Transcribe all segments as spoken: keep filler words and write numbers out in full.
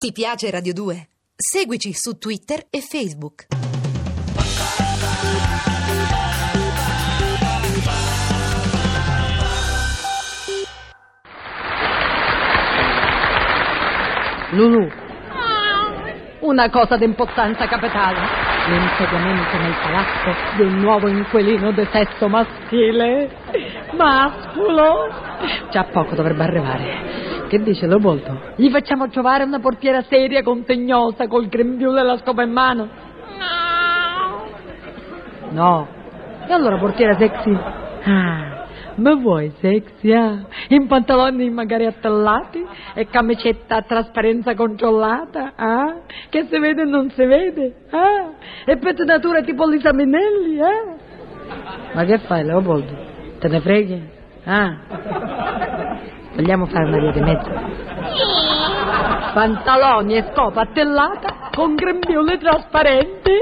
Ti piace Radio due? Seguici su Twitter e Facebook. Lulu, una cosa d'importanza capitale: l'insediamento nel palazzo di un nuovo inquilino di sesso maschile. Masculo. Già poco dovrebbe arrivare. Che dice Leopoldo? Gli facciamo trovare una portiera seria, contegnosa, col grembiule e la scopa in mano? No. No. E allora portiera sexy? Ah, ma vuoi sexy, ah? In pantaloni magari attellati e camicetta a trasparenza controllata, ah? Che si vede e non si vede, ah? E pettinatura tipo Lisa Minnelli, eh? Ma che fai, Leopoldo? Te ne freghi? Ah? Vogliamo fare una via di mezzo? Pantaloni e scopa attellata con grembiule trasparenti.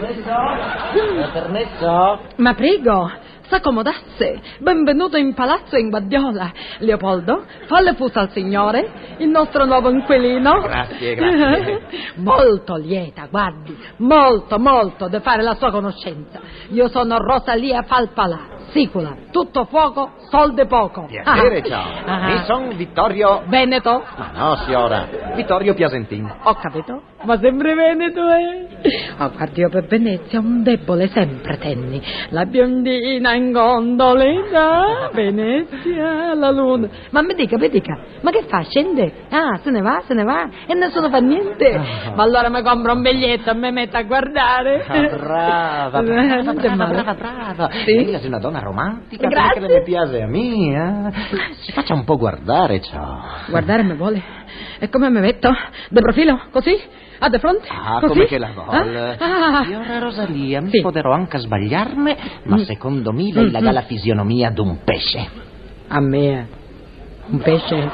È permesso? Ma prego, s'accomodasse. Benvenuto in palazzo in Guardiola. Leopoldo, falle fusa al signore, il nostro nuovo inquilino. Grazie, grazie. Molto lieta, guardi, molto, molto di fare la sua conoscenza. Io sono Rosalia Falpalà. Sicula, tutto fuoco, solde poco. Piacere, ah. ciao. Ah. Mi son Vittorio... Veneto? Ma no, signora. Vittorio Piasentin. Ho capito, ma sempre Veneto, eh? Oh, guardi, io per Venezia un debole sempre tenni. La biondina in gondoletta, Venezia, la luna. Ma mi dica, mi dica, ma che fa? Scende? Ah, se ne va, se ne va, e nessuno fa niente. Oh. Ma allora mi compro un biglietto e mi metto a guardare. Ah, brava, brava, brava, brava, brava. Sì? Lei è una donna romantica. Grazie. Perché le piace a me, eh? Si faccia un po' guardare, ciao. Guardare mi vuole? E come mi metto? De profilo? Così? Ah, de fronte? Ah, Così? come che la vuole. Ah, ah. Signora Rosalia, mi Sì. potrò anche sbagliarmi, ma Mm. secondo me lei Mm, la dà mm. la fisionomia d'un pesce. A me? Un pesce?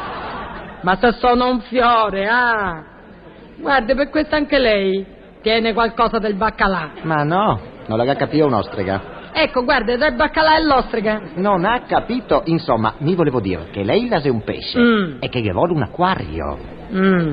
Ma se sono un fiore, ah! Guardi, per questo anche lei tiene qualcosa del baccalà. Ma no, non la capito un'ostrega. Ecco, guardi, del baccalà e l'ostrega. Non ha capito, insomma, mi volevo dire che lei la è un pesce Mm. e che gli vuole un acquario. Mm.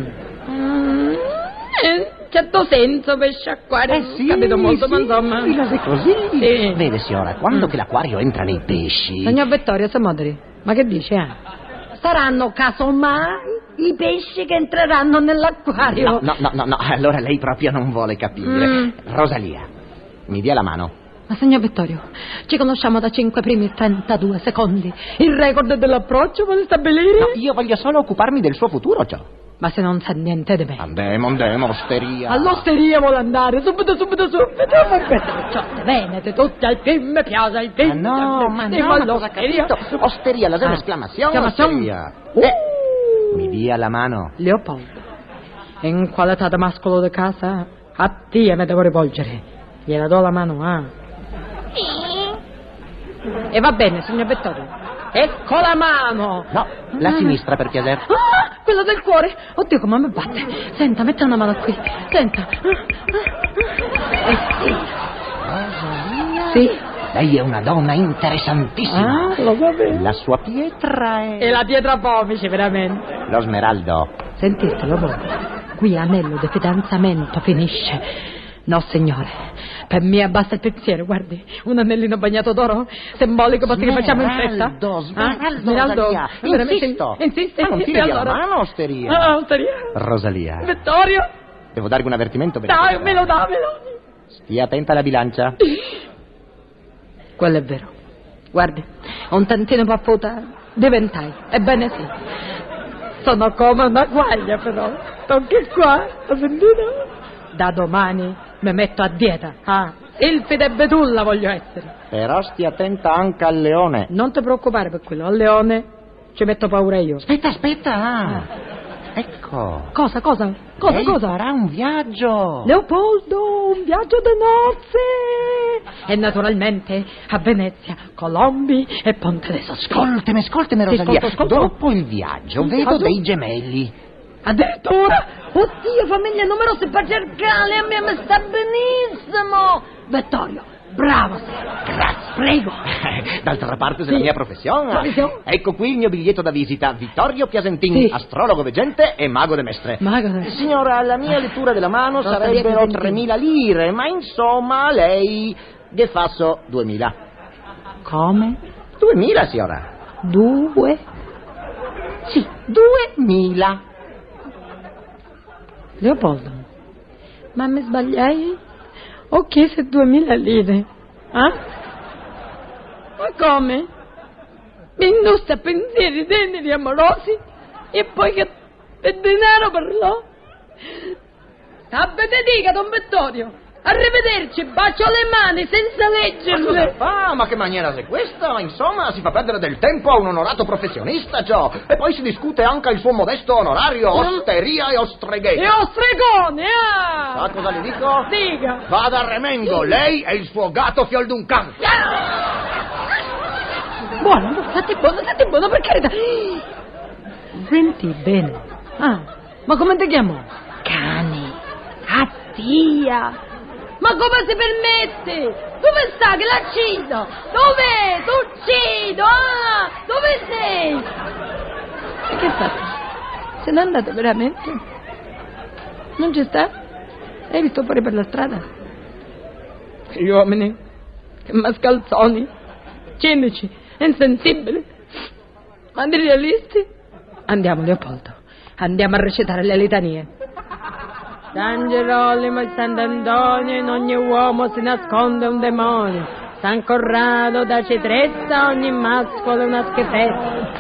Mm. Eh, certo senso, pesce acquario. Eh sì, Capito molto, sì, ma insomma. sì, la è così. Sì. Vede, signora, quando Mm. che l'acquario entra nei pesci... Signor Vittorio, se moderi. Ma che dice, ah? Saranno casomai i pesci che entreranno nell'acquario. No, no, no, no, no, allora lei proprio non vuole capire. Mm. Rosalia, mi dia la mano. Ma signor Vittorio, ci conosciamo da cinque primi e trentadue secondi. Il record dell'approccio vuole stabilire? No, io voglio solo occuparmi del suo futuro, ciò. Ma se non sa niente di me. Andiamo, andiamo, osteria. All'osteria vuole andare, subito, subito, subito. Ciò venete tutti al film, mi piace il film. Ma no, ma Andiamo no, ma cosa all'osteria. capito? Osteria, la Ah, esclamazione, esclamazione. osteria. Uh. Eh, mi dia la mano. Leopoldo, in qualità di mascolo di casa, a te mi devo rivolgere. Gliela do la mano, ah. E va bene, signor Vittorio. Ecco la mano. No, la Ah. sinistra per piacere. Ah, quella del cuore. Oddio, come mi batte. Senta, metta una mano qui. Senta. Ah, ah, ah. Eh sì. Rosalia? Sì. Lei è una donna interessantissima. Ah, lo so bene. La sua pietra è... E la pietra pomice, veramente. Lo smeraldo. Sentite, lo voglio. Qui anello di fidanzamento finisce. No, signore. Per me basta il pensiero, guardi. Un anellino bagnato d'oro simbolico, basta che facciamo in fretta. Smeraldo, smeraldo, Ah, smeraldo. Rosalia. Veramente Insisto. insiste. Ma non E tiri via la allora? mano, osteria. Ah, osteria. Rosalia, Vittorio. devo darvi un avvertimento per Dai, me lo damelo. Stia attenta alla bilancia. Quello è vero. Guardi, un tantino paffuta diventai. Ebbene sì. Sono come una guaglia, però. Tocchi qua, ho sentito? Da domani mi metto a dieta. Ah, Silfide e betulla voglio essere. Però stia attenta anche al leone. Non ti preoccupare per quello. Al leone ci metto paura io. Aspetta, aspetta. Ah. Ecco. Cosa, cosa? Cosa, Lei cosa? farà un viaggio. Leopoldo, un viaggio di nozze! E naturalmente a Venezia, Colombi e Ponte de Sospetti. Ascoltami, ascoltami, Sì, Rosalia. ascolto, ascolto. Dopo il viaggio Il vedo viaggio? dei gemelli. Addirittura? Oddio, famiglie numerose patriarcali, a me mi sta benissimo! Vittorio, Bravo, Sergio. Grazie. Prego. D'altra parte, se Sì. la mia professione. Professione? Ecco qui il mio biglietto da visita. Vittorio Piasentin, Sì. astrologo veggente e mago de mestre. Mago de- Signora, la mia lettura della mano Costa sarebbero via Piasentin. tremila lire, ma insomma lei che fasso duemila. Come? duemila, signora. Due? Sì, duemila. Leopoldo, ma mi sbagliai? Ho chiesto duemila lire. Ah? Ma come? Mi indusse a pensieri teneri e amorosi e poi che per denaro parlò? Abbe te dica, Don Vittorio. Arrivederci, bacio le mani senza Ma cosa leggerle. fa? Ma che maniera è questa? Insomma, si fa perdere del tempo a un onorato professionista, ciò. E poi si discute anche il suo modesto onorario, osteria e ostreghezza. E ho stregone, ah! Sa cosa le dico? Dica. Vada a Remengo, lei e il suo gatto fiol d'un can. Buono, buono, fate buono, fate buono, per carità. Senti bene. Ah, ma come ti chiamo? Cane. Attia. Ma come si permette? Dove sta che l'accido? Dov'è? T'uccido, ah! Dove sei? E che fate? Se n'è andate veramente? Non ci sta? Hai visto fuori per la strada? Gli uomini, che mascalzoni, cinici, insensibili, ma di realisti. Andiamo, Leopoldo, andiamo a recitare le litanie. San Gerolimo e Sant'Antonio, in ogni uomo si nasconde un demonio. San Corrado da Citrezza, ogni mascolo è una schifezza.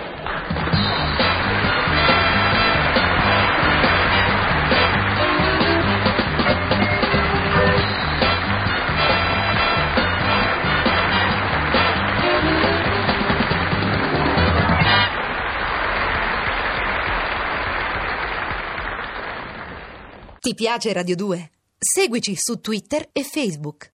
Ti piace Radio due? Seguici su Twitter e Facebook.